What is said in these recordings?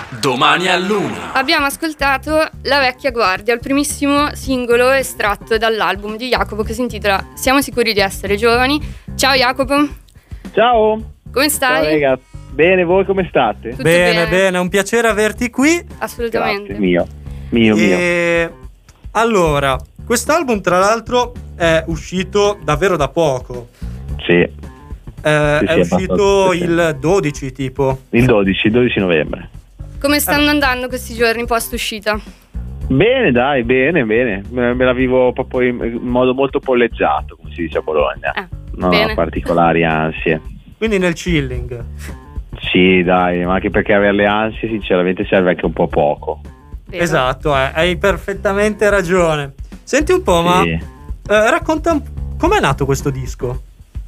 Domani a luna. Abbiamo ascoltato La vecchia guardia, il primissimo singolo estratto dall'album di Jacopo che si intitola Siamo sicuri di essere giovani. Ciao Jacopo. Ciao. Come stai? Ciao ragazzi. Bene, voi come state? Tutto Bene, un piacere averti qui. Assolutamente. Grazie, mio. Allora, quest'album tra l'altro è uscito davvero da poco. Sì. È uscito abbastanza. il 12 tipo. Il 12 novembre. Come stanno andando questi giorni post uscita? Bene, dai, bene. Me la vivo proprio in modo molto polleggiato, come si dice a Bologna. Non bene. ho particolari ansie. Quindi nel chilling. Sì, dai, ma anche perché avere le ansie sinceramente serve anche un po' poco. Vero. Esatto, hai perfettamente ragione. Senti un po', ma Sì. racconta com'è nato questo disco?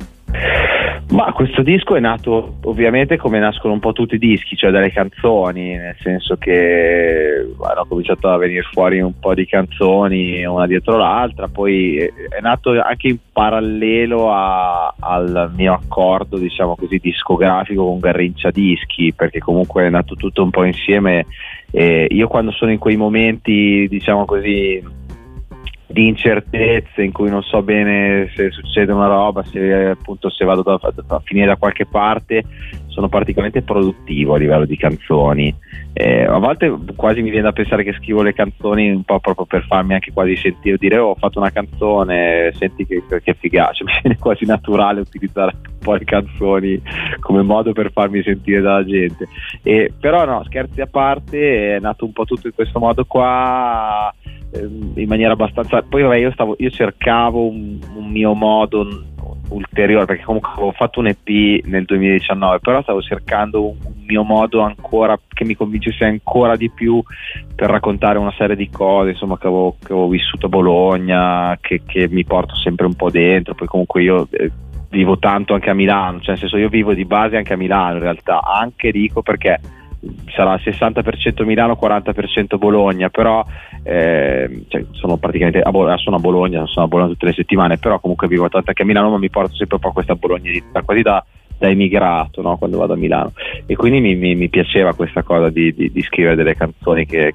Ma questo disco è nato ovviamente come nascono un po' tutti i dischi, cioè dalle canzoni, nel senso che hanno cominciato a venire fuori un po' di canzoni una dietro l'altra, poi è nato anche in parallelo al mio accordo, diciamo così, discografico con Garrincia Dischi, perché comunque è nato tutto un po' insieme. E io quando sono in quei momenti, diciamo così, di incertezze in cui non so bene se succede una roba, se appunto se vado a finire da qualche parte, sono particolarmente produttivo a livello di canzoni. A volte quasi mi viene da pensare che scrivo le canzoni un po' proprio per farmi anche quasi sentire, dire ho fatto una canzone, senti che figata, cioè, mi viene quasi naturale utilizzare un po' le canzoni come modo per farmi sentire dalla gente. Però no, scherzi a parte, è nato un po' tutto in questo modo qua, in maniera abbastanza. Poi vabbè, io cercavo un mio modo ulteriore, perché comunque avevo fatto un EP nel 2019, però stavo cercando un mio modo ancora che mi convincesse ancora di più per raccontare una serie di cose, insomma, che avevo vissuto a Bologna, che mi porto sempre un po' dentro. Poi comunque io vivo tanto anche a Milano, cioè nel senso, io vivo di base anche a Milano in realtà, anche dico perché sarà 60% Milano, 40% Bologna, però cioè, sono praticamente sono a Bologna tutte le settimane, però comunque vivo tanto anche a Milano, ma mi porto sempre un po' questa bolognesità, quasi da emigrato, no? Quando vado a Milano, e quindi mi piaceva questa cosa di scrivere delle canzoni che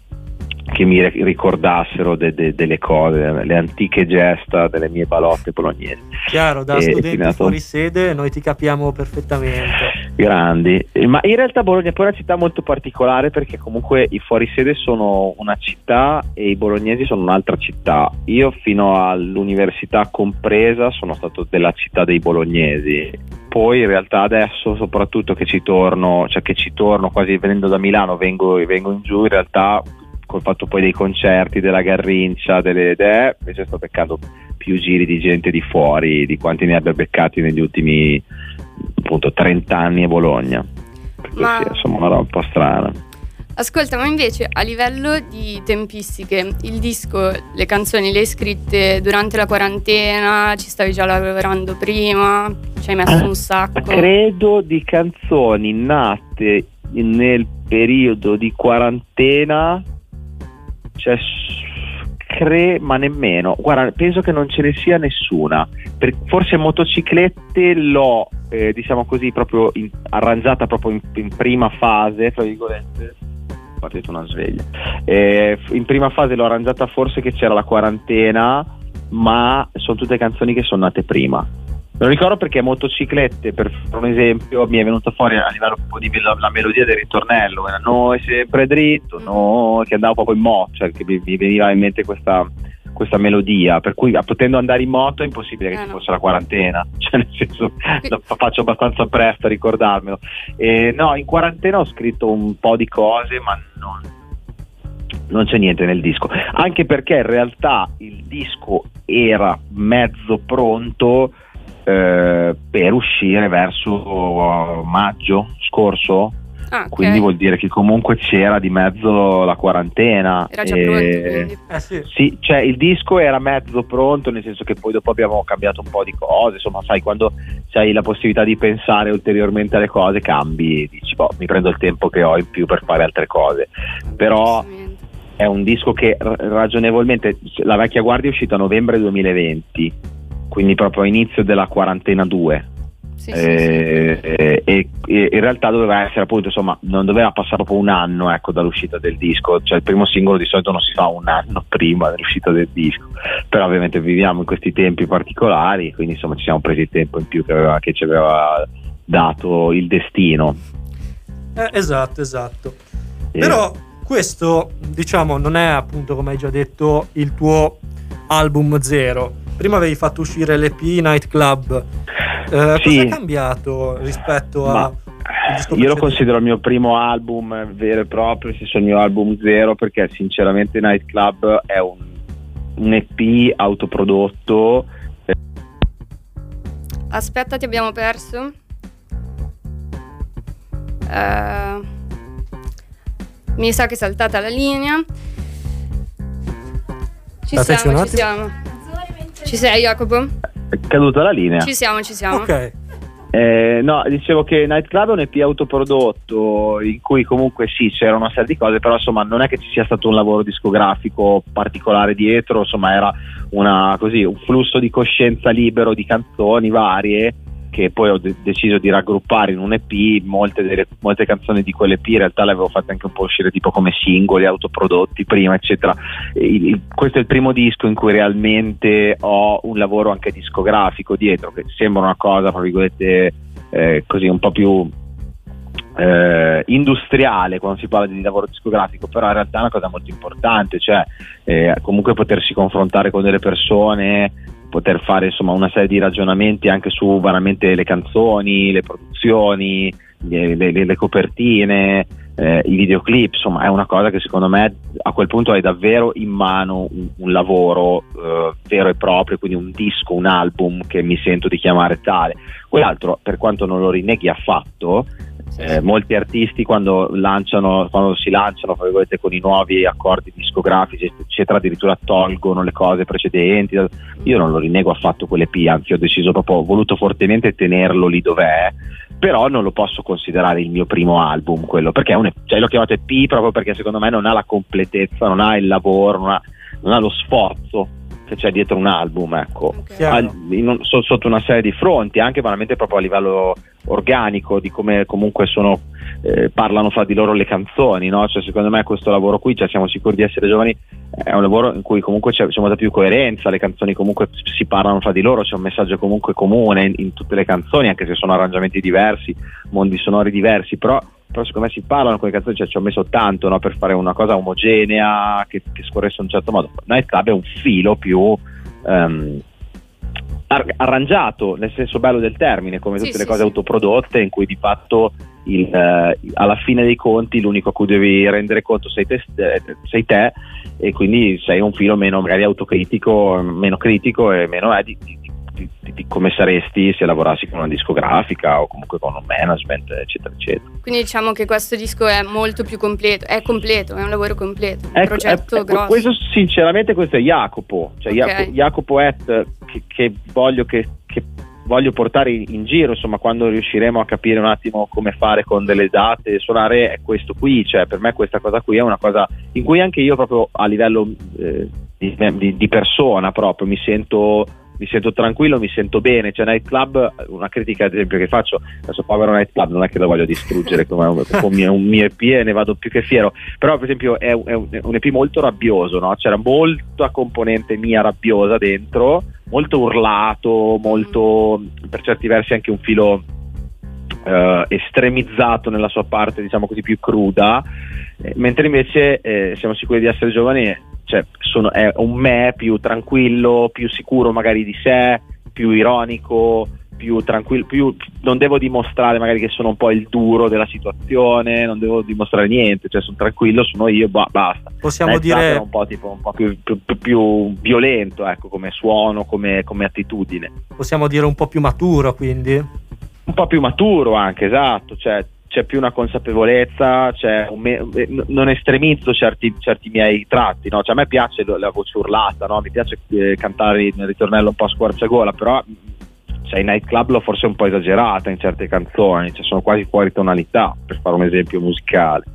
mi ricordassero delle cose, le antiche gesta delle mie balotte bolognesi. Chiaro, da studenti fuori sede noi ti capiamo perfettamente. Grandi, ma in realtà Bologna è poi una città molto particolare, perché comunque i fuorisede sono una città e i bolognesi sono un'altra città. Io fino all'università compresa sono stato della città dei bolognesi, poi in realtà adesso soprattutto che ci torno quasi venendo da Milano, vengo in giù, in realtà col fatto poi dei concerti, della Garrincia, invece sto beccando più giri di gente di fuori di quanti ne abbia beccati negli ultimi appunto 30 anni a Bologna, perché sì, insomma una roba un po' strana. Ascolta, ma invece a livello di tempistiche, il disco, le canzoni le hai scritte durante la quarantena, ci stavi già lavorando prima, ci hai messo un sacco? Credo di canzoni nate nel periodo di quarantena, cioè ma nemmeno, guarda, penso che non ce ne sia nessuna, forse Motociclette l'ho diciamo così proprio arrangiata proprio in prima fase, tra virgolette, partita una sveglia, in prima fase l'ho arrangiata forse che c'era la quarantena, ma sono tutte canzoni che sono nate prima. Me lo ricordo perché Motociclette, per fare un esempio, mi è venuta fuori a livello un po' di la melodia del ritornello, era noi sempre dritto, no, che andava proprio in moto, cioè che mi veniva in mente questa melodia, per cui potendo andare in moto è impossibile che ci fosse la quarantena, cioè nel senso faccio abbastanza presto a ricordarmelo. No, in quarantena ho scritto un po' di cose, ma non c'è niente nel disco, anche perché in realtà il disco era mezzo pronto per uscire verso maggio scorso, okay. Quindi vuol dire che comunque c'era di mezzo la quarantena. Era già pronto, quindi. Sì, cioè il disco era mezzo pronto, nel senso che poi dopo abbiamo cambiato un po' di cose, insomma, sai, quando hai la possibilità di pensare ulteriormente alle cose, cambi, dici mi prendo il tempo che ho in più per fare altre cose, però è un disco che ragionevolmente, La vecchia guardia è uscita a novembre 2020, quindi proprio a inizio della quarantena 2. Sì. E in realtà doveva essere, appunto, insomma, non doveva passare proprio un anno, ecco, dall'uscita del disco. Cioè il primo singolo di solito non si fa un anno prima dell'uscita del disco, però ovviamente viviamo in questi tempi particolari, quindi insomma ci siamo presi il tempo in più che ci aveva dato il destino. Esatto. Però questo, diciamo, non è, appunto, come hai già detto, il tuo album zero. Prima avevi fatto uscire l'EP Nightclub. Cosa è cambiato rispetto a il disco io lo considero il mio primo album vero e proprio, nel senso il mio album zero, perché sinceramente Nightclub è un EP autoprodotto. Aspetta, ti abbiamo perso. Mi sa che è saltata la linea. Ci siamo. Ci sei, Jacopo? È caduta la linea. Ci siamo. Ok. No, dicevo che Nightclub è un EP autoprodotto in cui comunque sì, c'era una serie di cose, però insomma non è che ci sia stato un lavoro discografico particolare dietro, insomma era un flusso di coscienza libero di canzoni varie che poi ho deciso di raggruppare in un EP. Molte canzoni di quell'EP in realtà le avevo fatte anche un po' uscire tipo come singoli autoprodotti prima, eccetera. Questo è il primo disco in cui realmente ho un lavoro anche discografico dietro, che sembra una cosa, tra virgolette, così un po' più industriale quando si parla di lavoro discografico, però in realtà è una cosa molto importante, cioè comunque potersi confrontare con delle persone, poter fare insomma una serie di ragionamenti anche su veramente le canzoni, le produzioni, le copertine, i videoclip. Insomma è una cosa che secondo me a quel punto hai davvero in mano un lavoro vero e proprio, quindi un disco, un album che mi sento di chiamare tale. Quell'altro, per quanto non lo rinneghi affatto, molti artisti quando si lanciano fra virgolette, con i nuovi accordi discografici eccetera, addirittura tolgono le cose precedenti. Io non lo rinnego affatto quell'EP, anzi ho voluto fortemente tenerlo lì dov'è, però non lo posso considerare il mio primo album quello, perché l'ho chiamato EP proprio perché secondo me non ha la completezza, non ha il lavoro, non ha lo sforzo che c'è dietro un album, ecco. Sotto una serie di fronti, anche veramente proprio a livello organico, di come comunque parlano fra di loro le canzoni, no? Cioè secondo me questo lavoro qui, cioè siamo sicuri di essere giovani, è un lavoro in cui comunque c'è molta più coerenza, le canzoni comunque si parlano fra di loro, c'è un messaggio comunque comune in tutte le canzoni, anche se sono arrangiamenti diversi, mondi sonori diversi, però secondo me si parlano con le canzoni, cioè ci ho messo tanto, no, per fare una cosa omogenea che scorresse in un certo modo. Nightclub è un filo più arrangiato nel senso bello del termine, come tutte le cose autoprodotte, in cui di fatto alla fine dei conti l'unico a cui devi rendere conto sei te, e quindi sei un filo meno magari autocritico, meno critico e meno di come saresti se lavorassi con una discografica o comunque con un management, eccetera eccetera. Quindi diciamo che questo disco è molto più completo, è un lavoro completo, un progetto grosso. Questo sinceramente, questo è Jacopo, cioè Jacopo che voglio portare in giro, insomma, quando riusciremo a capire un attimo come fare con delle date, suonare, è questo qui. Cioè per me questa cosa qui è una cosa in cui anche io proprio a livello di persona proprio mi sento tranquillo, mi sento bene. Cioè Nightclub, una critica ad esempio che faccio, adesso povero Nightclub, non è che lo voglio distruggere come un mio EP e ne vado più che fiero, però per esempio è un EP molto rabbioso, no? C'era molta componente mia rabbiosa dentro, molto urlato, molto per certi versi anche un filo estremizzato nella sua parte, diciamo così, più cruda, mentre invece siamo sicuri di essere giovani, cioè è un me più tranquillo, più sicuro magari di sé, più ironico, più tranquillo, non devo dimostrare magari che sono un po' il duro della situazione, non devo dimostrare niente, cioè sono tranquillo, sono io, basta. Possiamo dire un po' più violento, ecco, come suono, come attitudine. Possiamo dire un po' più maturo, quindi? Un po' più maturo anche, esatto, cioè c'è più una consapevolezza, non estremizzo certi miei tratti, no? Cioè a me piace la voce urlata, no? Mi piace cantare il ritornello un po' a squarciagola, però in Nightclub l'ho forse un po' esagerata in certe canzoni, cioè sono quasi fuori tonalità, per fare un esempio musicale.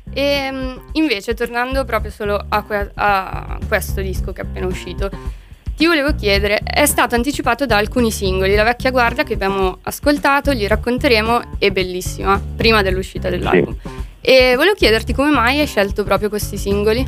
E invece tornando proprio solo a questo disco che è appena uscito, ti volevo chiedere, è stato anticipato da alcuni singoli, La vecchia guardia che abbiamo ascoltato, Gli racconteremo, è bellissima, prima dell'uscita dell'album. Sì. E volevo chiederti come mai hai scelto proprio questi singoli?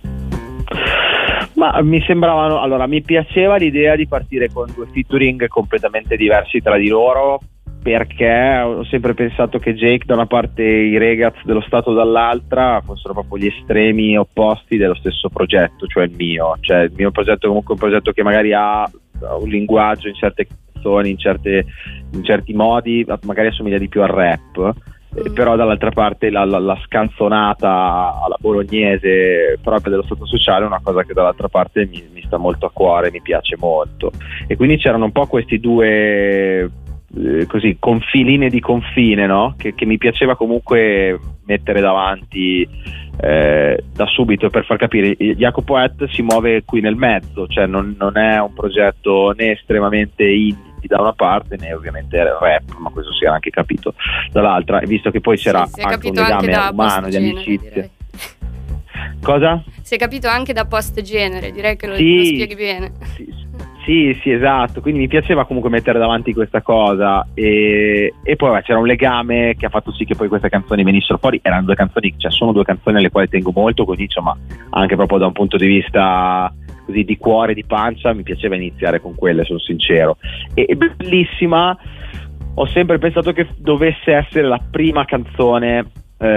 Ma mi sembravano, allora mi piaceva l'idea di partire con 2 featuring completamente diversi tra di loro, perché ho sempre pensato che Jake da una parte e i Regaz dello Stato dall'altra fossero proprio gli estremi opposti dello stesso progetto, cioè il mio progetto è comunque un progetto che magari ha un linguaggio in certe canzoni, in certi modi, magari assomiglia di più al rap, però dall'altra parte la scanzonata alla bolognese proprio dello Stato sociale è una cosa che dall'altra parte mi sta molto a cuore, mi piace molto, e quindi c'erano un po' questi 2 così linee di confine, no? Che mi piaceva comunque mettere davanti da subito, per far capire Jacopo Et si muove qui nel mezzo, cioè non è un progetto né estremamente indie da una parte né ovviamente rap, ma questo si era anche capito dall'altra, visto che poi c'era anche un legame umano di amicizia. Cosa? Si è capito anche da post genere, direi che lo spieghi bene. Sì, esatto, quindi mi piaceva comunque mettere davanti questa cosa e poi c'era un legame che ha fatto sì che poi queste canzoni venissero fuori. Erano 2 canzoni, cioè sono 2 canzoni alle quali tengo molto, così ma anche proprio da un punto di vista così di cuore, di pancia, mi piaceva iniziare con quelle, sono sincero. E bellissima, ho sempre pensato che dovesse essere la prima canzone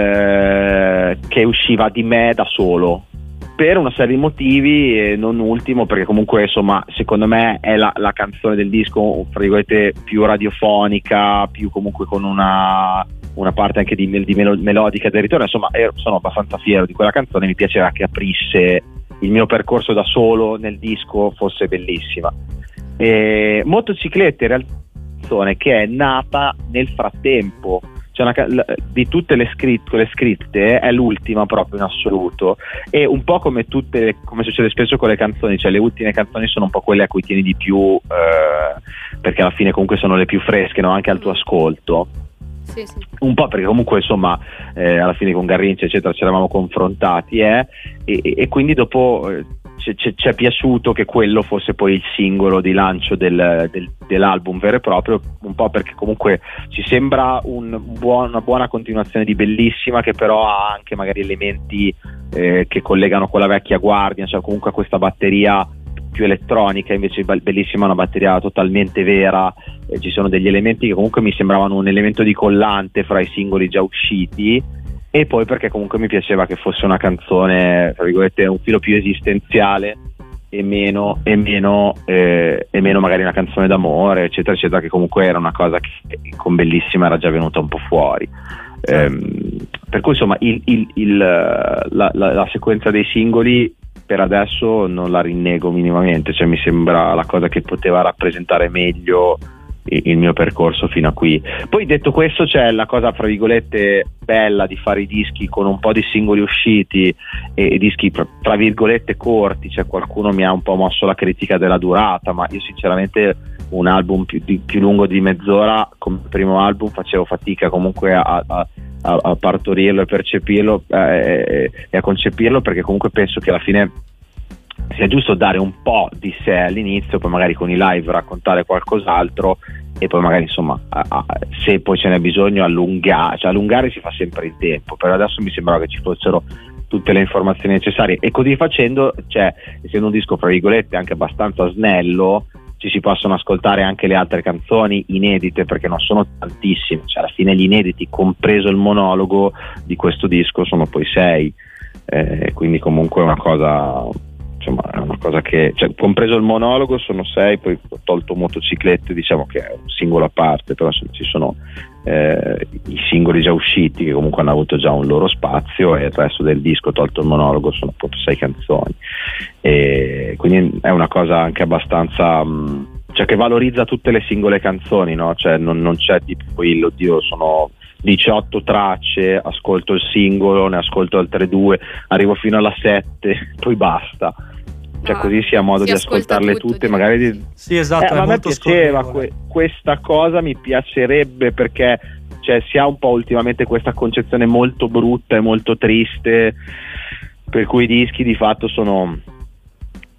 che usciva di me da solo, per una serie di motivi, e non ultimo perché comunque insomma secondo me è la canzone del disco fra virgolette più radiofonica, più comunque con una parte anche di melodica del ritorno, insomma sono abbastanza fiero di quella canzone, mi piaceva che aprisse il mio percorso da solo nel disco, fosse bellissima. Motociclette in realtà che è nata nel frattempo, di tutte le scritte è l'ultima proprio in assoluto, e un po' come succede spesso con le canzoni, cioè le ultime canzoni sono un po' quelle a cui tieni di più, perché alla fine comunque sono le più fresche, no? Anche al tuo ascolto. Sì. Un po' perché comunque insomma alla fine con Garrincha eccetera ci eravamo confrontati e quindi dopo ci è piaciuto che quello fosse poi il singolo di lancio dell'album vero e proprio, un po' perché comunque ci sembra una buona continuazione di Bellissima, che però ha anche magari elementi che collegano con la vecchia guardia, cioè comunque questa batteria più elettronica, invece Bellissima è una batteria totalmente vera, ci sono degli elementi che comunque mi sembravano un elemento di collante fra i singoli già usciti, e poi perché comunque mi piaceva che fosse una canzone tra virgolette un filo più esistenziale e meno magari una canzone d'amore eccetera eccetera, che comunque era una cosa che con Bellissima era già venuta un po' fuori. Per cui insomma la sequenza dei singoli per adesso non la rinnego minimamente, cioè mi sembra la cosa che poteva rappresentare meglio il mio percorso fino a qui. Poi detto questo, c'è la cosa fra virgolette bella di fare i dischi con un po' di singoli usciti e dischi tra virgolette corti, cioè qualcuno mi ha un po' mosso la critica della durata, ma io sinceramente un album più lungo di mezz'ora come primo album facevo fatica comunque a partorirlo e percepirlo e a concepirlo, perché comunque penso che alla fine sia giusto dare un po' di sé all'inizio, poi magari con i live raccontare qualcos'altro e poi magari insomma se poi ce n'è bisogno allungare si fa sempre il tempo, però adesso mi sembrava che ci fossero tutte le informazioni necessarie e così facendo, cioè essendo un disco fra virgolette anche abbastanza snello, ci si possono ascoltare anche le altre canzoni inedite, perché non sono tantissime, cioè alla fine gli inediti compreso il monologo di questo disco sono poi 6, quindi comunque è una cosa, insomma è una cosa che, cioè, compreso il monologo sono 6, poi ho tolto Motociclette, diciamo che è un singolo a parte, però ci sono i singoli già usciti che comunque hanno avuto già un loro spazio, e il resto del disco tolto il monologo sono proprio 6 canzoni, e quindi è una cosa anche abbastanza cioè che valorizza tutte le singole canzoni, no? Cioè non c'è tipo oddio sono 18 tracce, ascolto il singolo, ne ascolto altre 2, arrivo fino alla 7, poi basta. Cioè così si ha modo di ascoltarle tutto, tutte, magari sì, esatto, ma a me piaceva questa cosa, mi piacerebbe, perché cioè si ha un po' ultimamente questa concezione molto brutta e molto triste per cui i dischi di fatto sono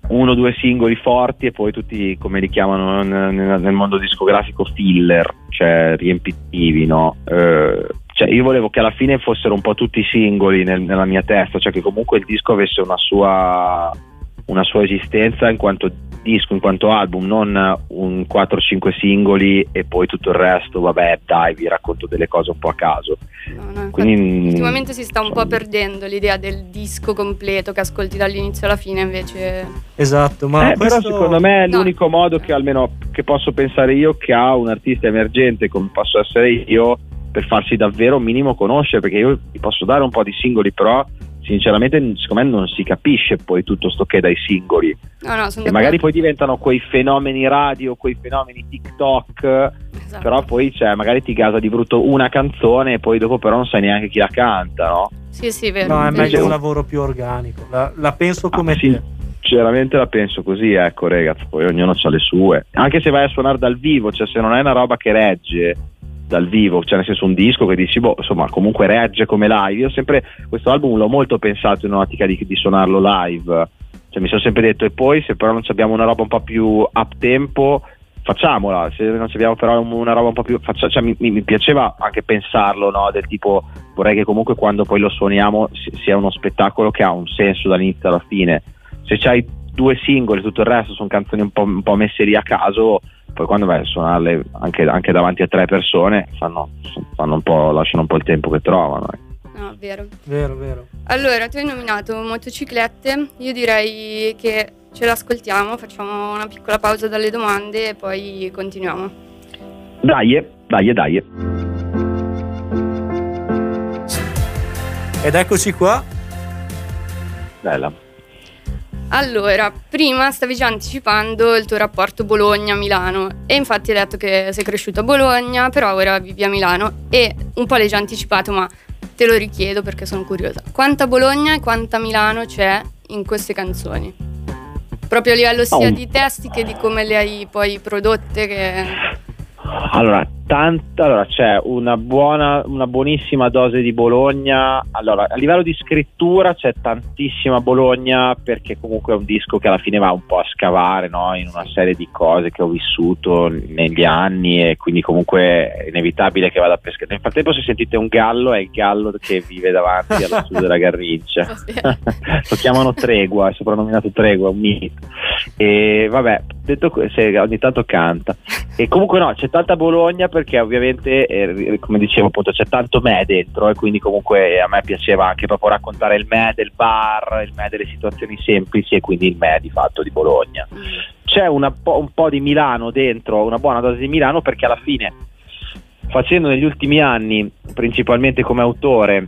1 o 2 singoli forti e poi tutti, come li chiamano nel mondo discografico, filler, cioè riempitivi, no? Cioè io volevo che alla fine fossero un po' tutti singoli nella mia testa, cioè che comunque il disco avesse una sua esistenza in quanto disco, in quanto album, non un 4-5 singoli e poi tutto il resto, vabbè dai, vi racconto delle cose un po' a caso. No, quindi ultimamente si sta un po' perdendo l'idea del disco completo che ascolti dall'inizio alla fine, invece. Esatto, ma però secondo me è l'unico modo che almeno che posso pensare io, che ha un artista emergente come posso essere io, per farsi davvero un minimo conoscere, perché io ti posso dare un po' di singoli, però sinceramente secondo me non si capisce poi tutto sto che dai singoli, e magari poi diventano quei fenomeni radio, quei fenomeni TikTok, esatto. Però poi magari ti gasa di brutto una canzone e poi dopo però non sai neanche chi la canta, no? Sì, vero. No, è meglio un lavoro più organico, la penso come te. Sinceramente la penso così, ecco ragazzi, poi ognuno ha le sue, anche se vai a suonare dal vivo, cioè se non è una roba che regge dal vivo, cioè nel senso un disco che dici insomma comunque regge come live. Io sempre questo album l'ho molto pensato in un'ottica di suonarlo live, cioè mi sono sempre detto, e poi se però non abbiamo una roba un po' più up tempo facciamola, se non abbiamo però una roba un po' più cioè mi piaceva anche pensarlo, no? Del tipo, vorrei che comunque quando poi lo suoniamo sia uno spettacolo che ha un senso dall'inizio alla fine. Se c'hai 2 singoli, tutto il resto sono canzoni un po' messe lì a caso, poi quando vai a suonarle anche davanti a 3 persone fanno un po', lasciano un po' il tempo che trovano. No, vero. Allora, tu hai nominato Motociclette, io direi che ce l'ascoltiamo, facciamo una piccola pausa dalle domande e poi continuiamo. Dai. Ed eccoci qua. Bella. Allora, prima stavi già anticipando il tuo rapporto Bologna-Milano e infatti hai detto che sei cresciuto a Bologna, però ora vivi a Milano, e un po' l'hai già anticipato, ma te lo richiedo perché sono curiosa. Quanta Bologna e quanta Milano c'è in queste canzoni? Proprio a livello sia di testi che di come le hai poi prodotte. Allora c'è una buonissima dose di Bologna. Allora, a livello di scrittura c'è tantissima Bologna, perché comunque è un disco che alla fine va un po' a scavare, no? In una serie di cose che ho vissuto negli anni, e quindi comunque è inevitabile che vada a pescare. Nel frattempo, se sentite un gallo, è il gallo che vive davanti allo studio della Garrincia. Lo chiamano Tregua, è soprannominato Tregua, un mito. E vabbè, detto ogni tanto canta. E comunque no, c'è tanta Bologna perché ovviamente come dicevo appunto c'è tanto me dentro, e quindi comunque a me piaceva anche proprio raccontare il me del bar, il me delle situazioni semplici, e quindi il me di fatto di Bologna. C'è un po' di Milano dentro, una buona dose di Milano, perché alla fine, facendo negli ultimi anni principalmente come autore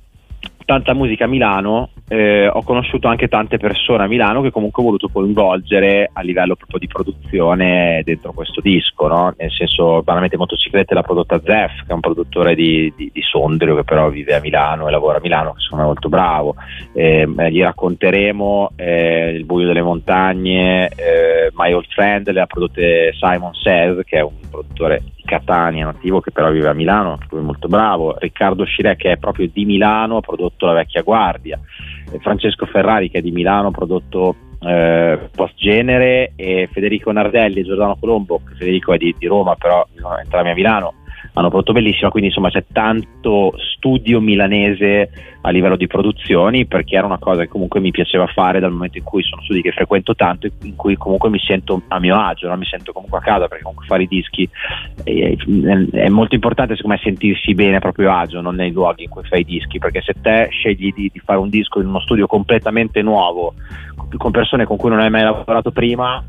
tanta musica a Milano, ho conosciuto anche tante persone a Milano che comunque ho voluto coinvolgere a livello proprio di produzione dentro questo disco, no? Nel senso, banalmente Motociclette l'ha prodotta Zef, che è un produttore di Sondrio, che però vive a Milano e lavora a Milano, che secondo me è molto bravo. Gli racconteremo Il buio delle montagne, My Old Friend le ha prodotte Simon Says, che è un produttore di Catania nativo, che però vive a Milano, lui è molto bravo. Riccardo Scirè, che è proprio di Milano, ha prodotto La Vecchia Guardia. Francesco Ferrari, che è di Milano, ha prodotto Post Genere, e Federico Nardelli e Giordano Colombo, che Federico è di Roma, però sono entrambi a Milano, hanno prodotto Bellissima. Quindi insomma c'è tanto studio milanese a livello di produzioni, perché era una cosa che comunque mi piaceva fare dal momento in cui sono studi che frequento tanto, in cui comunque mi sento a mio agio, no? Mi sento comunque a casa, perché comunque fare i dischi è molto importante secondo me, sentirsi bene a proprio agio, non nei luoghi in cui fai i dischi, perché se te scegli di fare un disco in uno studio completamente nuovo con persone con cui non hai mai lavorato prima,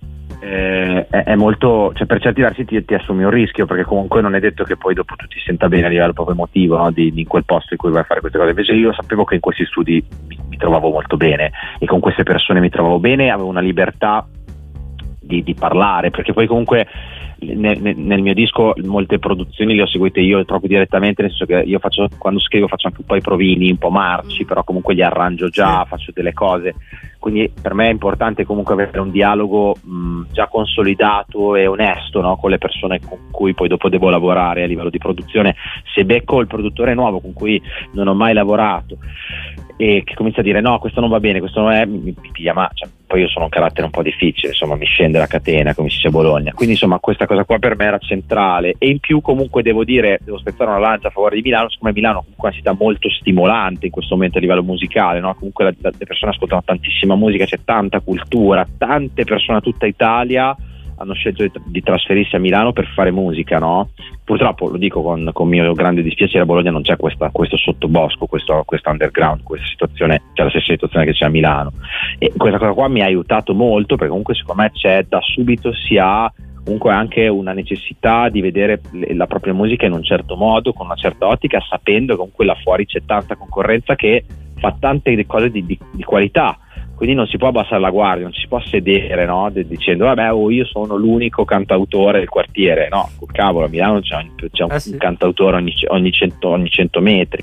è molto, cioè per certi versi ti assumi un rischio, perché comunque non è detto che poi dopo tu ti senta bene a livello proprio emotivo, no? In quel posto in cui vai a fare queste cose. Invece io sapevo che in questi studi mi trovavo molto bene, e con queste persone mi trovavo bene, avevo una libertà di parlare, perché poi comunque nel mio disco molte produzioni le ho seguite io troppo direttamente, nel senso che io quando scrivo faccio anche un po' i provini, un po' marci, però comunque li arrangio già, faccio delle cose, quindi per me è importante comunque avere un dialogo già consolidato e onesto, no? Con le persone con cui poi dopo devo lavorare a livello di produzione. Se becco il produttore nuovo con cui non ho mai lavorato e che comincia a dire no, questo non va bene, questo non è, mi piglia, ma cioè, poi io sono un carattere un po' difficile, insomma mi scende la catena come si dice a Bologna, quindi insomma questa cosa qua per me era centrale. E in più comunque devo spezzare una lancia a favore di Milano, siccome Milano comunque è una città molto stimolante in questo momento a livello musicale, no? Comunque le persone ascoltano tantissima musica, c'è tanta cultura, tante persone da tutta Italia hanno scelto di trasferirsi a Milano per fare musica, no? Purtroppo, lo dico con mio grande dispiacere, a Bologna non c'è questo sottobosco, questo underground, questa situazione, c'è la stessa situazione che c'è a Milano, e questa cosa qua mi ha aiutato molto, perché comunque secondo me c'è da subito, si ha comunque anche una necessità di vedere la propria musica in un certo modo, con una certa ottica, sapendo che comunque là fuori c'è tanta concorrenza che fa tante cose di qualità. Quindi non si può abbassare la guardia, non ci si può sedere, no? Dicendo vabbè, io sono l'unico cantautore del quartiere. No, cavolo, a Milano c'è un cantautore ogni 100 metri,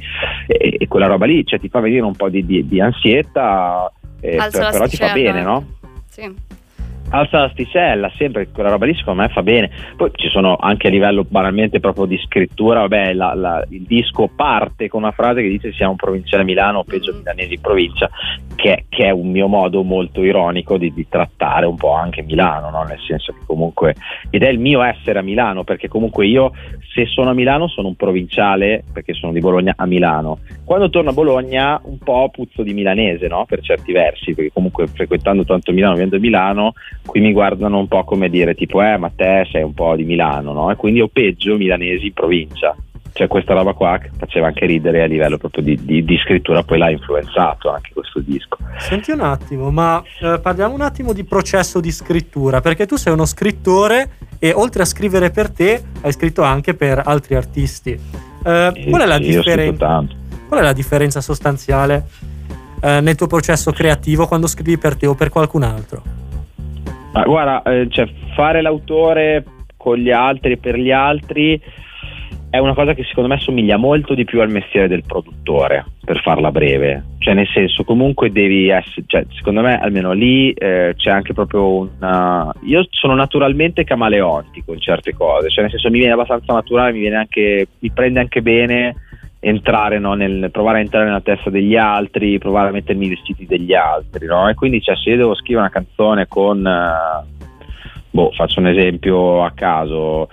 e quella roba lì, cioè, ti fa venire un po' di ansietta, però ti fa bene, no? Sì. Alza l'asticella, sempre quella roba lì secondo me fa bene. Poi ci sono anche a livello banalmente proprio di scrittura, vabbè, il disco parte con una frase che dice siamo provinciali a Milano o peggio milanesi in provincia, che è un mio modo molto ironico di trattare un po' anche Milano, no? Nel senso che comunque, ed è il mio essere a Milano, perché comunque io, se sono a Milano, sono un provinciale perché sono di Bologna a Milano. Quando torno a Bologna un po' puzzo di milanese, no? Per certi versi, perché comunque frequentando tanto Milano, vivendo a Milano, qui mi guardano un po' come dire tipo ma te sei un po' di Milano, no? E quindi io peggio milanesi in provincia. Cioè questa roba qua che faceva anche ridere a livello proprio di scrittura, poi l'ha influenzato anche questo disco. Senti un attimo, ma parliamo un attimo di processo di scrittura, perché tu sei uno scrittore e oltre a scrivere per te hai scritto anche per altri artisti. Qual è la differenza? Qual è la differenza sostanziale nel tuo processo creativo quando scrivi per te o per qualcun altro? Ma guarda, cioè fare l'autore con gli altri e per gli altri è una cosa che secondo me somiglia molto di più al mestiere del produttore, per farla breve. Cioè nel senso, comunque devi essere, cioè secondo me almeno lì c'è anche proprio io sono naturalmente camaleontico in certe cose, cioè nel senso mi viene abbastanza naturale, mi prende anche bene entrare, no, provare a entrare nella testa degli altri, provare a mettermi i vestiti degli altri, no? E quindi cioè, se io devo scrivere una canzone con faccio un esempio a caso,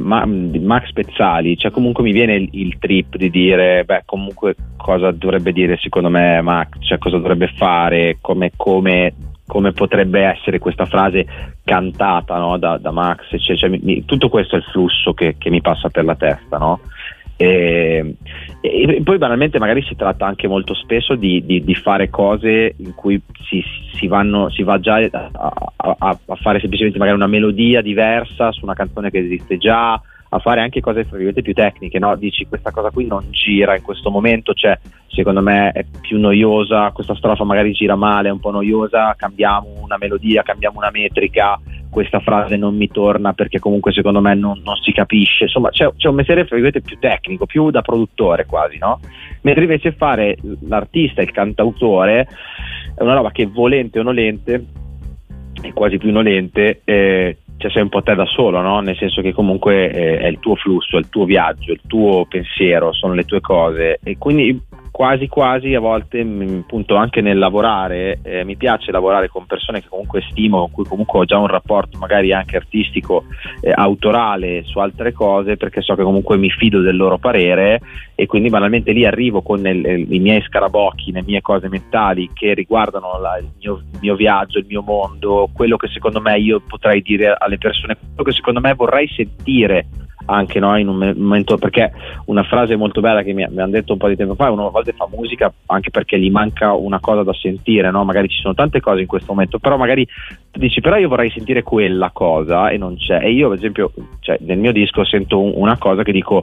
Max Pezzali, cioè comunque mi viene il trip di dire comunque cosa dovrebbe dire secondo me Max, cioè cosa dovrebbe fare, come potrebbe essere questa frase cantata, no, da Max, cioè, tutto questo è il flusso che mi passa per la testa, no? E poi banalmente magari si tratta anche molto spesso di fare cose in cui si va già a fare semplicemente magari una melodia diversa su una canzone che esiste già, a fare anche cose praticamente più tecniche, no? Dici questa cosa qui non gira in questo momento, cioè secondo me è più noiosa, questa strofa magari gira male, è un po' noiosa, cambiamo una melodia, cambiamo una metrica, questa frase non mi torna perché comunque secondo me non si capisce, insomma c'è un mestiere praticamente più tecnico, più da produttore quasi, no? Mentre invece fare l'artista, il cantautore è una roba che volente o nolente, è quasi più nolente, cioè sei un po' te da solo, no? Nel senso che comunque è il tuo flusso, è il tuo viaggio, il tuo pensiero, sono le tue cose, e quindi quasi a volte appunto anche nel lavorare mi piace lavorare con persone che comunque stimo, con cui comunque ho già un rapporto magari anche artistico, autorale su altre cose, perché so che comunque mi fido del loro parere, e quindi banalmente lì arrivo con i miei scarabocchi, le mie cose mentali che riguardano il mio viaggio, il mio mondo, quello che secondo me io potrei dire alle persone, quello che secondo me vorrei sentire anche, no, in un momento, perché una frase molto bella che mi hanno detto un po' di tempo fa, uno a volte fa musica anche perché gli manca una cosa da sentire, no? Magari ci sono tante cose in questo momento, però magari tu dici però io vorrei sentire quella cosa e non c'è, e io per esempio, cioè, nel mio disco sento una cosa che dico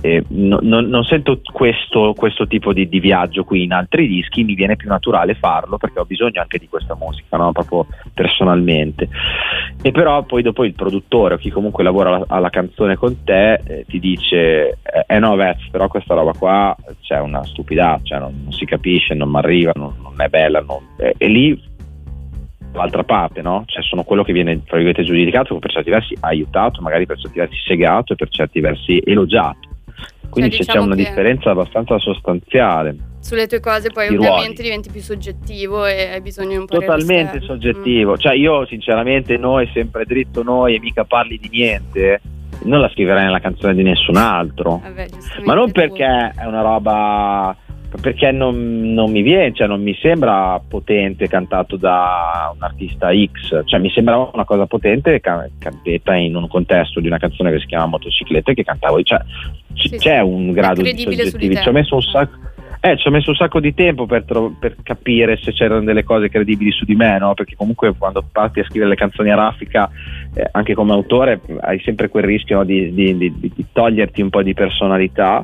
non sento questo tipo di viaggio qui in altri dischi, mi viene più naturale farlo perché ho bisogno anche di questa musica, no? Proprio personalmente. E però poi dopo il produttore o chi comunque lavora alla canzone con te ti dice no Vez, però questa roba qua c'è una stupidità, cioè non si capisce, non mi arriva, non è bella, e lì l'altra parte, no? Cioè sono quello che viene tra virgolette giudicato, per certi versi aiutato, magari per certi versi segato e per certi versi elogiato, quindi cioè, diciamo c'è una differenza abbastanza sostanziale. sulle tue cose poi ovviamente diventi più soggettivo e hai bisogno di un parere totalmente esterno. Soggettivo. Cioè io sinceramente Noi sempre dritto noi e mica parli di niente non la scriverei nella canzone di nessun altro. Ma non perché è una roba, perché non mi viene, cioè non mi sembra potente cantato da un artista X, cioè mi sembrava una cosa potente cantata in un contesto di una canzone che si chiama Motociclette che cantavo, cioè c'è un grado di soggettività. Ci ho messo un sacco di tempo per capire se c'erano delle cose credibili su di me, no? Perché comunque quando parti a scrivere le canzoni a raffica, anche come autore hai sempre quel rischio, no? di toglierti un po' di personalità.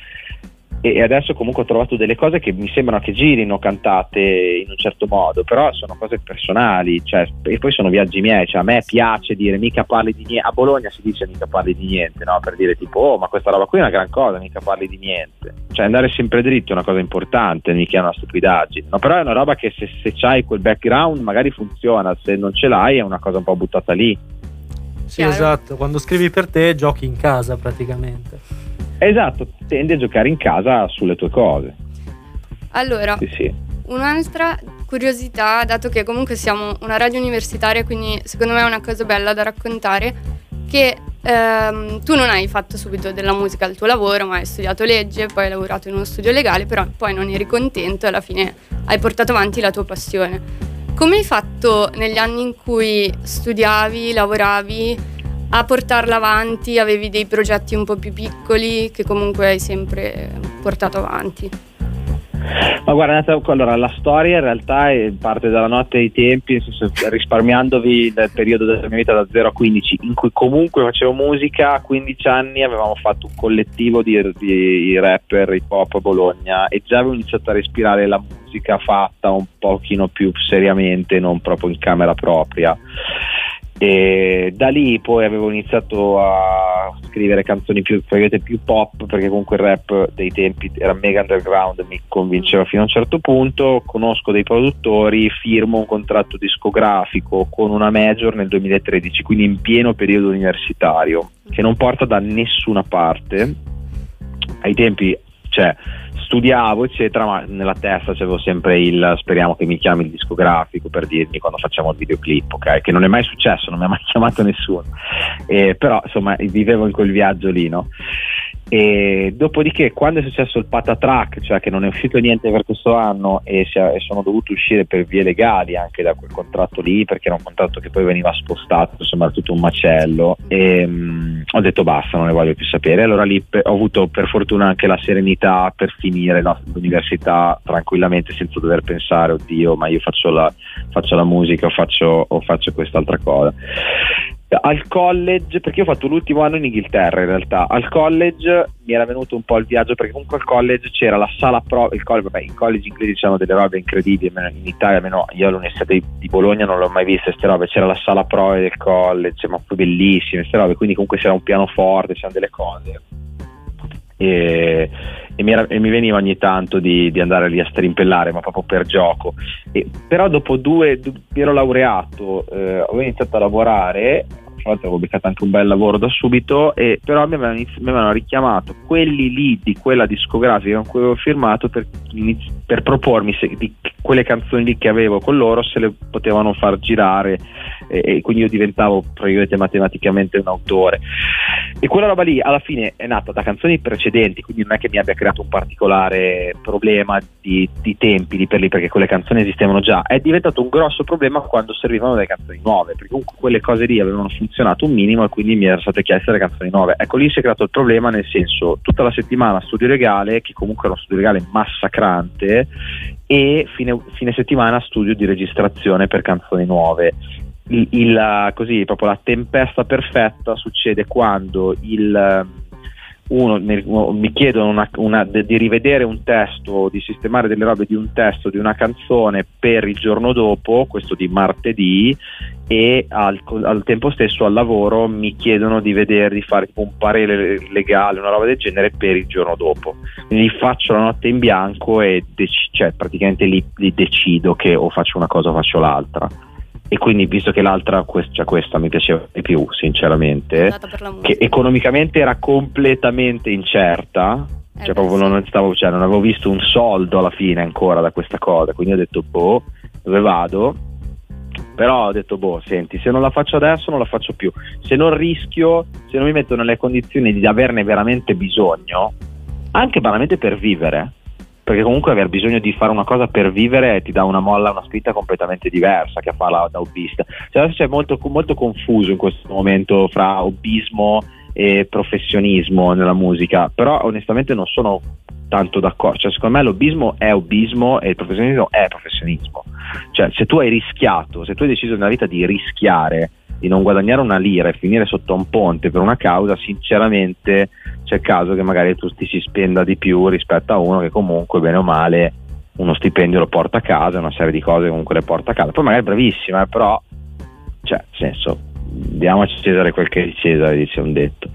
E adesso comunque ho trovato delle cose che mi sembrano che girino cantate in un certo modo, però sono cose personali, cioè, e poi sono viaggi miei, cioè a me piace dire mica parli di niente, a Bologna si dice mica parli di niente, no? Per dire tipo oh ma questa roba qui è una gran cosa, mica parli di niente, cioè andare sempre dritto è una cosa importante, mica è una stupidaggine, no? Però è una roba che se c'hai quel background magari funziona, se non ce l'hai è una cosa un po' buttata lì. Sì, esatto, quando scrivi per te giochi in casa praticamente. Esatto, tendi a giocare in casa sulle tue cose. Allora, sì. Un'altra curiosità, dato che comunque siamo una radio universitaria, quindi secondo me è una cosa bella da raccontare, che tu non hai fatto subito della musica il tuo lavoro, ma hai studiato legge, poi hai lavorato in uno studio legale, però poi non eri contento e alla fine hai portato avanti la tua passione. Come hai fatto negli anni in cui studiavi, lavoravi, a portarla avanti? Avevi dei progetti un po' più piccoli che comunque hai sempre portato avanti? Ma guarda, allora la storia in realtà parte dalla notte dei tempi, nel senso, risparmiandovi del periodo della mia vita da 0 a 15, in cui comunque facevo musica. A 15 anni avevamo fatto un collettivo di rapper hip hop a Bologna e già avevo iniziato a respirare la musica fatta un pochino più seriamente, non proprio in camera propria. E da lì poi avevo iniziato a scrivere canzoni più pop, perché comunque il rap dei tempi era mega underground, mi convinceva fino a un certo punto. Conosco dei produttori, firmo un contratto discografico con una major nel 2013, quindi in pieno periodo universitario, che non porta da nessuna parte. Ai tempi, cioè, studiavo eccetera, ma nella testa c'avevo sempre il speriamo che mi chiami il discografico per dirmi quando facciamo il videoclip, ok? Che non è mai successo, non mi ha mai chiamato nessuno, però insomma vivevo in quel viaggio lì, no? E dopodiché quando è successo il patatrack, cioè che non è uscito niente per questo anno e sono dovuto uscire per vie legali anche da quel contratto lì, perché era un contratto che poi veniva spostato, insomma era tutto un macello, e ho detto basta, non ne voglio più sapere. Allora lì ho avuto per fortuna anche la serenità per finire l'università tranquillamente, senza dover pensare oddio ma io faccio la musica o faccio quest'altra cosa. Al college, perché io ho fatto l'ultimo anno in Inghilterra in realtà, al college mi era venuto un po' il viaggio, perché comunque al college c'era la sala prove, i college inglesi c'erano delle robe incredibili, in Italia almeno io all'università di Bologna non l'ho mai viste queste robe, c'era la sala prove del college, ma poi bellissime queste robe, quindi comunque c'era un pianoforte, c'erano delle cose e mi veniva ogni tanto di andare lì a strimpellare, ma proprio per gioco. Però dopo mi ero laureato, avevo iniziato a lavorare, tra l'altro avevo beccato anche un bel lavoro da subito, però mi avevano richiamato quelli lì di quella discografica con cui avevo firmato per propormi di quelle canzoni lì che avevo con loro se le potevano far girare, e quindi io diventavo praticamente matematicamente un autore. E quella roba lì alla fine è nata da canzoni precedenti, quindi non è che mi abbia creato un particolare problema di tempi lì per lì, perché quelle canzoni esistevano già. È diventato un grosso problema quando servivano delle canzoni nuove, perché comunque quelle cose lì avevano funzionato un minimo e quindi mi erano state chieste le canzoni nuove. Ecco, lì si è creato il problema, nel senso, tutta la settimana studio legale, che comunque era uno studio legale massacrante, e fine settimana studio di registrazione per canzoni nuove. Così proprio la tempesta perfetta succede quando mi chiedono di rivedere un testo, di sistemare delle robe di un testo di una canzone per il giorno dopo, questo di martedì, e al tempo stesso al lavoro mi chiedono di fare tipo un parere legale, una roba del genere per il giorno dopo. Quindi faccio la notte in bianco e cioè praticamente lì decido che o faccio una cosa o faccio l'altra. E quindi visto che l'altra, questa mi piaceva di più sinceramente, che economicamente era completamente incerta, cioè proprio non avevo visto un soldo alla fine ancora da questa cosa, quindi ho detto dove vado? Però ho detto senti, se non la faccio adesso non la faccio più, se non rischio, se non mi metto nelle condizioni di averne veramente bisogno, anche banalmente per vivere, perché comunque aver bisogno di fare una cosa per vivere ti dà una molla, una spinta completamente diversa che a farla da hobbista. Cioè adesso c'è molto, molto confuso in questo momento fra hobbismo e professionismo nella musica, però onestamente non sono tanto d'accordo. Cioè secondo me l'hobbismo è hobbismo e il professionismo è professionismo. Cioè se tu hai rischiato, se tu hai deciso nella vita di rischiare, di non guadagnare una lira e finire sotto un ponte per una causa, sinceramente c'è il caso che magari tu ti si spenda di più rispetto a uno che comunque bene o male uno stipendio lo porta a casa, una serie di cose comunque le porta a casa, poi magari è bravissima, però cioè nel senso, diamoci a Cesare quel che è di Cesare, dice un detto.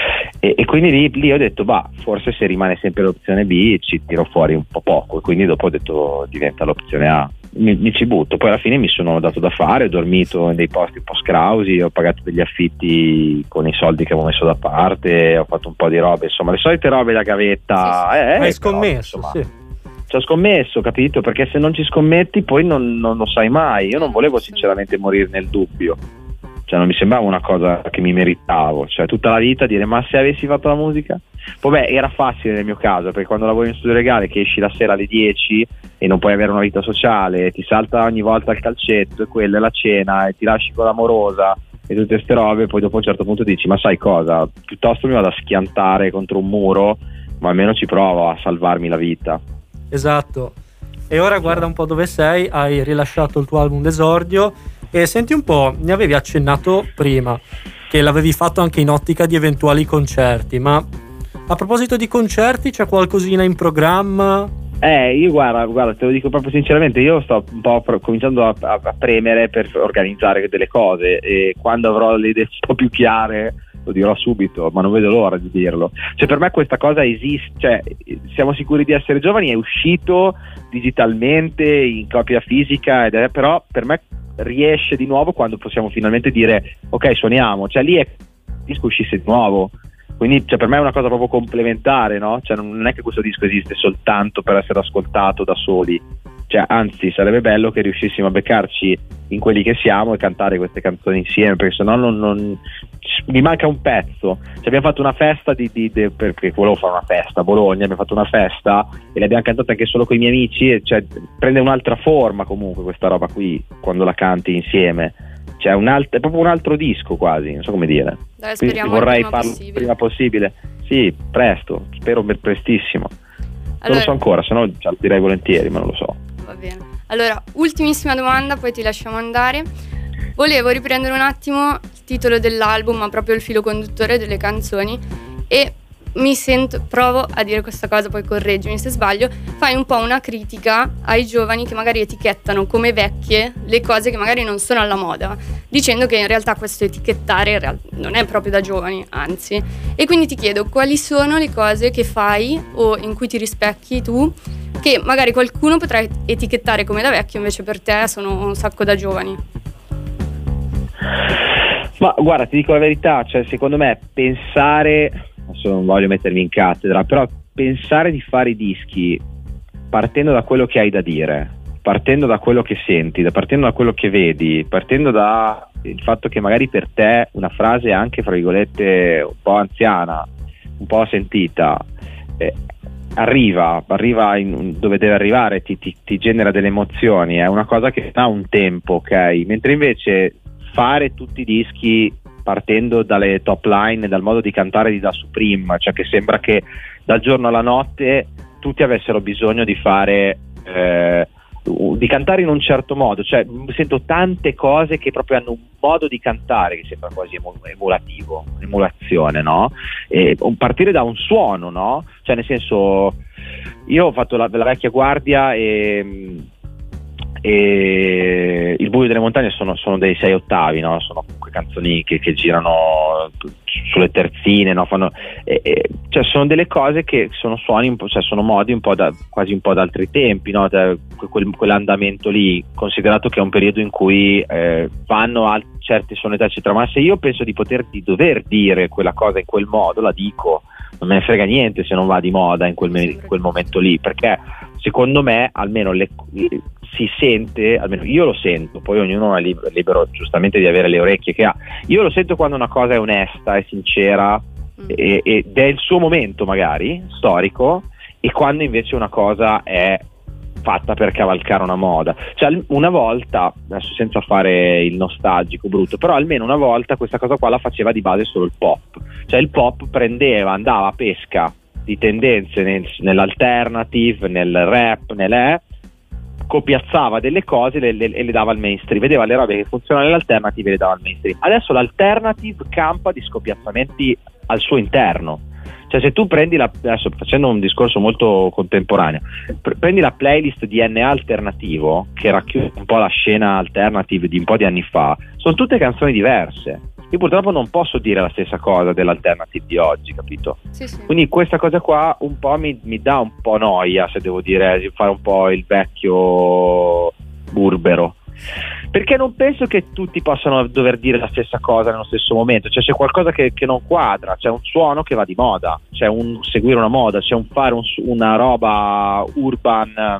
E quindi lì ho detto forse se rimane sempre l'opzione B ci tiro fuori un po' poco, e quindi dopo ho detto diventa l'opzione A, mi ci butto. Poi alla fine mi sono dato da fare, ho dormito in dei posti un po' scrausi, ho pagato degli affitti con i soldi che avevo messo da parte, ho fatto un po' di robe, insomma le solite robe da gavetta. Hai scommesso, però, insomma, sì. Ci ho scommesso, capito? Perché se non ci scommetti poi non lo sai mai. Io non volevo sinceramente morire nel dubbio, cioè non mi sembrava una cosa che mi meritavo, cioè tutta la vita dire ma se avessi fatto la musica? Vabbè, era facile nel mio caso, perché quando lavori in studio legale che esci la sera alle 10 e non puoi avere una vita sociale, ti salta ogni volta il calcetto e quella è la cena e ti lasci con l'amorosa e tutte queste robe, poi dopo a un certo punto dici ma sai cosa, piuttosto mi vado a schiantare contro un muro, ma almeno ci provo a salvarmi la vita. Esatto. E ora guarda un po' dove sei, hai rilasciato il tuo album d'esordio e senti un po', ne avevi accennato prima che l'avevi fatto anche in ottica di eventuali concerti, ma a proposito di concerti c'è qualcosina in programma? Io guarda, te lo dico proprio sinceramente, io sto un po' cominciando a premere per organizzare delle cose e quando avrò le idee un po' più chiare lo dirò subito, ma non vedo l'ora di dirlo. Cioè per me questa cosa esiste, cioè siamo sicuri di essere giovani, è uscito digitalmente in copia fisica però per me riesce di nuovo quando possiamo finalmente dire ok suoniamo, cioè lì è il disco uscisse di nuovo, quindi cioè, per me è una cosa proprio complementare, no? Cioè non è che questo disco esiste soltanto per essere ascoltato da soli, cioè anzi sarebbe bello che riuscissimo a beccarci in quelli che siamo e cantare queste canzoni insieme, perché sennò non mi manca un pezzo. Cioè abbiamo fatto una festa perché volevo fare una festa a Bologna, abbiamo fatto una festa e l'abbiamo cantata anche solo con i miei amici e cioè prende un'altra forma comunque questa roba qui quando la canti insieme, cioè è proprio un altro disco quasi, non so come dire. Dai, speriamo vorrei farlo il prima possibile, sì, presto, spero prestissimo. Allora, non lo so ancora, se no lo direi volentieri, ma non lo so. Va bene. Allora, ultimissima domanda, poi ti lasciamo andare. Volevo riprendere un attimo il titolo dell'album, ma proprio il filo conduttore delle canzoni, e provo a dire questa cosa, poi correggimi se sbaglio, fai un po' una critica ai giovani che magari etichettano come vecchie le cose che magari non sono alla moda, dicendo che in realtà questo etichettare non è proprio da giovani, anzi. E quindi ti chiedo quali sono le cose che fai o in cui ti rispecchi tu, che magari qualcuno potrà etichettare come da vecchio, invece per te sono un sacco da giovani. Ma guarda, ti dico la verità, cioè secondo me pensare, adesso non voglio mettermi in cattedra, però pensare di fare i dischi partendo da quello che hai da dire, partendo da quello che senti, partendo da quello che vedi, partendo da il fatto che magari per te una frase anche fra virgolette un po' anziana, un po' sentita, arriva dove deve arrivare, ti genera delle emozioni, è una cosa che ha un tempo, ok? Mentre invece fare tutti i dischi partendo dalle top line, dal modo di cantare di Da Supreme, cioè che sembra che dal giorno alla notte tutti avessero bisogno di fare di cantare in un certo modo, cioè sento tante cose che proprio hanno un modo di cantare che sembra quasi emulativo, un'emulazione, no? E partire da un suono, no? Cioè nel senso, io ho fatto la vecchia guardia e Il buio delle montagne sono dei 6 ottavi, no? Sono comunque canzoni che girano sulle terzine, no? Cioè sono delle cose che sono suoni un po', cioè sono modi un po' quasi un po' da altri tempi, no? Quell'andamento lì, considerato che è un periodo in cui vanno certe sonorità eccetera, ma se io penso di dover dire quella cosa in quel modo, la dico, non me ne frega niente se non va di moda in quel momento lì, perché secondo me almeno si sente, almeno io lo sento, poi ognuno è libero giustamente di avere le orecchie che ha. Io lo sento quando una cosa è onesta, è sincera ed è il suo momento magari storico, e quando invece una cosa è fatta per cavalcare una moda. Cioè una volta, adesso senza fare il nostalgico brutto, però almeno una volta questa cosa qua la faceva di base solo il pop. Cioè il pop andava a pesca di tendenze nell'alternative, nel rap, copiazzava delle cose e le dava al mainstream, vedeva le robe che funzionano nell'alternative e le dava al mainstream. Adesso l'alternative campa di scopiazzamenti al suo interno. Cioè se tu prendi adesso facendo un discorso molto contemporaneo, prendi la playlist di NA Alternativo, che racchiude un po' la scena alternative di un po' di anni fa, sono tutte canzoni diverse. Io purtroppo non posso dire la stessa cosa dell'alternative di oggi, capito? Sì. Quindi questa cosa qua un po' mi dà un po' noia, se devo dire, fare un po' il vecchio burbero. Perché non penso che tutti possano dover dire la stessa cosa nello stesso momento. Cioè c'è qualcosa che non quadra, c'è un suono che va di moda, c'è un seguire una moda, c'è un fare una roba urban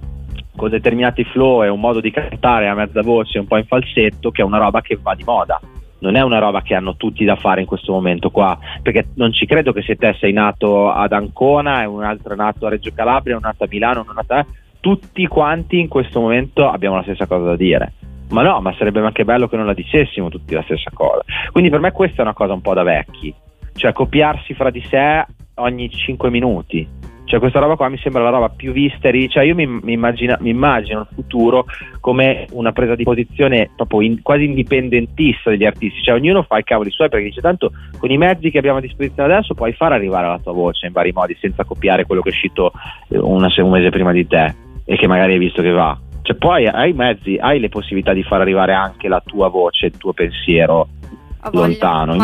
con determinati flow e un modo di cantare a mezza voce un po' in falsetto, che è una roba che va di moda. Non è una roba che hanno tutti da fare in questo momento qua, perché non ci credo che se te sei nato ad Ancona e un altro è nato a Reggio Calabria, un nato a Milano, un nato tutti quanti in questo momento abbiamo la stessa cosa da dire. Ma no, ma sarebbe anche bello che non la dicessimo tutti la stessa cosa. Quindi per me questa è una cosa un po' da vecchi, cioè copiarsi fra di sé ogni 5 minuti. Cioè questa roba qua mi sembra la roba più vista, cioè io mi immagino il futuro come una presa di posizione proprio quasi indipendentista degli artisti, cioè ognuno fa i cavoli suoi, perché dice tanto con i mezzi che abbiamo a disposizione adesso puoi far arrivare la tua voce in vari modi senza copiare quello che è uscito un mese prima di te e che magari hai visto che va. Cioè poi hai i mezzi, hai le possibilità di far arrivare anche la tua voce, il tuo pensiero lontano.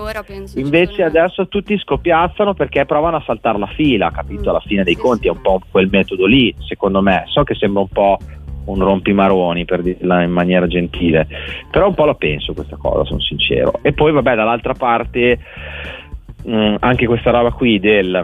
Invece adesso tutti scoppiazzano perché provano a saltare la fila, capito? Alla fine dei conti è un po' quel metodo lì, secondo me. So che sembra un po' un rompimaroni, per dirla in maniera gentile, però un po' la penso questa cosa, sono sincero. E poi vabbè, dall'altra parte anche questa roba qui del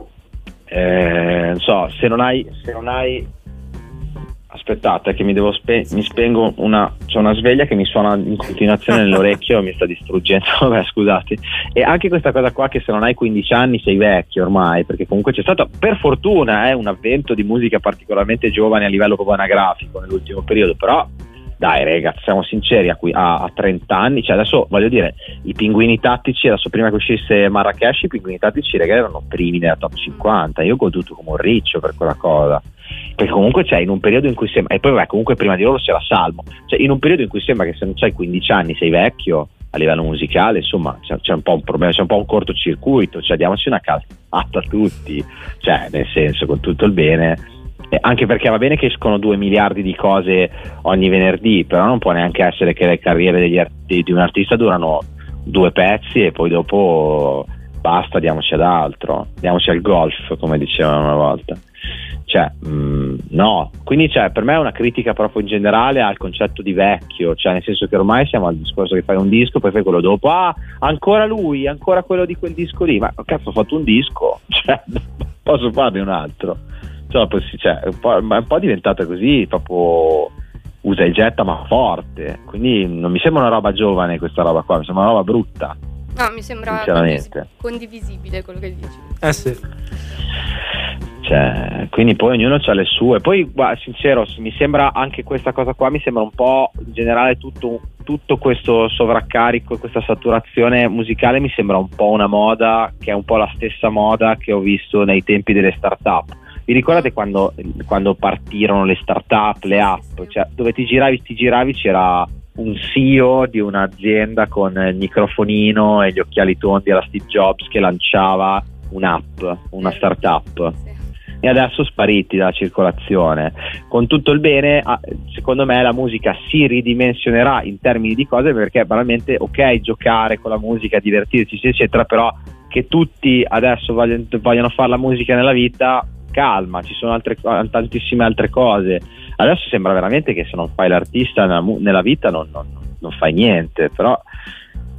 non so, se non hai aspettate che mi spengo c'è una sveglia che mi suona in continuazione nell'orecchio e mi sta distruggendo. Vabbè, scusate. E anche questa cosa qua, che se non hai 15 anni sei vecchio ormai, perché comunque c'è stato per fortuna un avvento di musica particolarmente giovane a livello proprio anagrafico nell'ultimo periodo, però dai ragazzi, siamo sinceri, a 30 anni, cioè adesso voglio dire, i Pinguini Tattici, adesso prima che uscisse Marrakesh, i Pinguini Tattici ragazzi erano primi nella top 50, io ho goduto come un riccio per quella cosa, perché comunque c'è in un periodo in cui sembra, e poi vabbè, comunque prima di loro c'era Salmo, cioè in un periodo in cui sembra che se non c'hai 15 anni sei vecchio a livello musicale, insomma c'è un po' un problema, c'è un po' un cortocircuito, cioè diamoci una calzata tutti, cioè nel senso, con tutto il bene. Anche perché va bene che escono 2 miliardi di cose ogni venerdì, però non può neanche essere che le carriere di un artista durano 2 pezzi e poi dopo basta, diamoci ad altro, diamoci al golf, come dicevano una volta. Cioè no, quindi per me è una critica proprio in generale al concetto di vecchio, cioè nel senso che ormai siamo al discorso che fai un disco, poi fai quello dopo, ancora lui, ancora quello di quel disco lì, ma cazzo, ho fatto un disco, cioè posso farne un altro. È un po' diventata così, proprio usa e getta ma forte, quindi non mi sembra una roba giovane questa roba qua, mi sembra una roba brutta. No, mi sembra condivisibile quello che dici. Sì. Cioè, quindi poi ognuno ha le sue. Poi sincero, mi sembra anche questa cosa qua, mi sembra un po' in generale tutto questo sovraccarico e questa saturazione musicale mi sembra un po' una moda che è un po' la stessa moda che ho visto nei tempi delle start-up. Vi ricordate quando partirono le start-up, le app, cioè dove ti giravi c'era un CEO di un'azienda con il microfonino e gli occhiali tondi alla Steve Jobs che lanciava un'app, una start-up, e adesso spariti dalla circolazione. Con tutto il bene, secondo me la musica si ridimensionerà in termini di cose, perché banalmente ok giocare con la musica, divertirsi eccetera, però che tutti adesso vogliono fare la musica nella vita, calma, ci sono tantissime altre cose. Adesso sembra veramente che se non fai l'artista nella vita non fai niente, però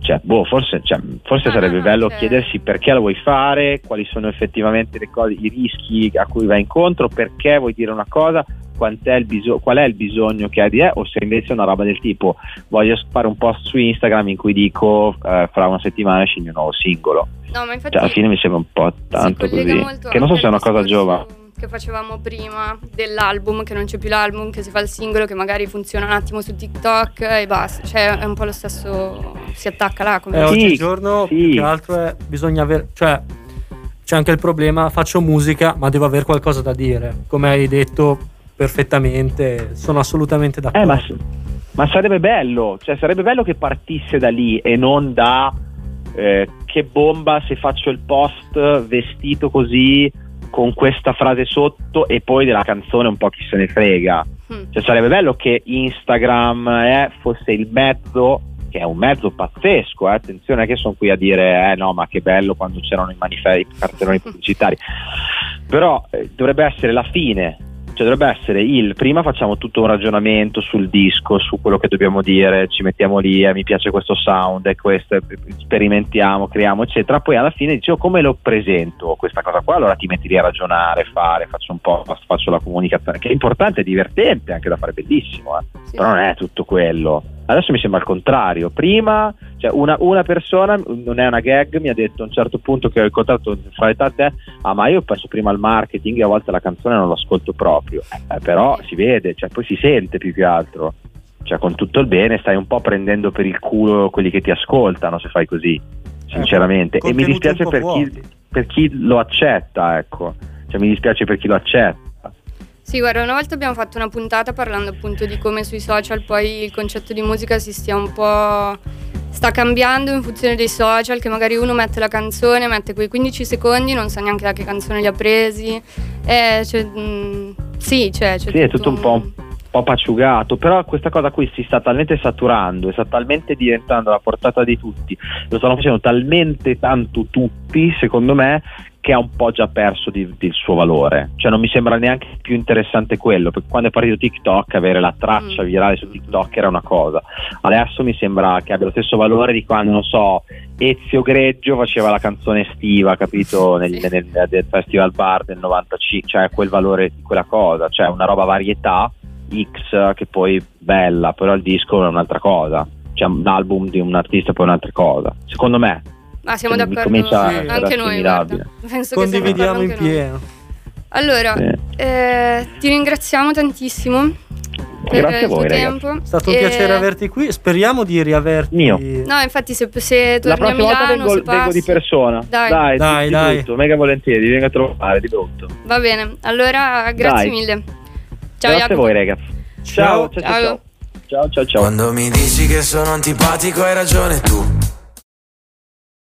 forse sarebbe bello chiedersi perché lo vuoi fare, quali sono effettivamente le cose, i rischi a cui vai incontro, perché vuoi dire una cosa, qual è il bisogno che hai di te, o se invece è una roba del tipo voglio fare un post su Instagram in cui dico fra una settimana esce il mio nuovo singolo. No, ma infatti alla fine mi sembra un po' tanto così, che non so se è una cosa giovane che facevamo prima dell'album, che non c'è più l'album, che si fa il singolo che magari funziona un attimo su TikTok e basta, cioè è un po' lo stesso, si attacca là come oggigiorno più che altro bisogna avere, cioè c'è anche il problema, faccio musica ma devo avere qualcosa da dire, come hai detto perfettamente, sono assolutamente d'accordo. Ma sarebbe bello che partisse da lì e non da che bomba se faccio il post vestito così con questa frase sotto e poi della canzone un po' chi se ne frega. Cioè sarebbe bello che Instagram fosse il mezzo, che è un mezzo pazzesco, attenzione che sono qui a dire no ma che bello quando c'erano i cartelloni pubblicitari, però dovrebbe essere la fine, cioè dovrebbe essere prima facciamo tutto un ragionamento sul disco, su quello che dobbiamo dire, ci mettiamo lì, mi piace questo sound e questo, sperimentiamo, creiamo eccetera, poi alla fine dicevo come lo presento questa cosa qua, allora ti metti lì a ragionare, faccio un po', faccio la comunicazione, che è importante, è divertente anche da fare, bellissimo, sì. Però non è tutto quello. Adesso mi sembra il contrario. Prima, cioè una persona, non è una gag, mi ha detto a un certo punto che ho incontrato fra l'età te, ma io penso prima al marketing e a volte la canzone non l'ascolto proprio, però si vede, cioè poi si sente più che altro, cioè con tutto il bene stai un po' prendendo per il culo quelli che ti ascoltano se fai così, sinceramente, e mi dispiace per chi lo accetta, ecco, cioè mi dispiace per chi lo accetta. Sì, guarda, una volta abbiamo fatto una puntata parlando appunto di come sui social poi il concetto di musica sta cambiando in funzione dei social, che magari uno mette la canzone, mette quei 15 secondi, non sa neanche da che canzone li ha presi, sì, è tutto un po' paciugato, però questa cosa qui si sta talmente saturando e sta talmente diventando alla portata di tutti, lo stanno facendo talmente tanto tutti, secondo me, che ha un po' già perso il suo valore, cioè non mi sembra neanche più interessante quello, perché quando è partito TikTok avere la traccia virale su TikTok era una cosa, adesso mi sembra che abbia lo stesso valore di quando, non so, Ezio Greggio faceva la canzone estiva, capito, nel Festival Bar del 95, cioè quel valore di quella cosa, cioè una roba varietà X che poi bella, però il disco è un'altra cosa, cioè un album di un artista poi è un'altra cosa, secondo me. Ma siamo d'accordo anche noi, guarda. Penso condividiamo in pieno. Allora, ti ringraziamo tantissimo per il tuo tempo. È stato un piacere averti qui, speriamo di riaverti. No, infatti se torni a Milano, la prossima volta vengo di persona. Dai. Di brutto, mega volentieri, vengo a trovare di brutto. Va bene, allora grazie mille. Ciao, grazie a voi ragazzi. Ciao. Ciao. Ciao. Quando mi dici che sono antipatico hai ragione tu.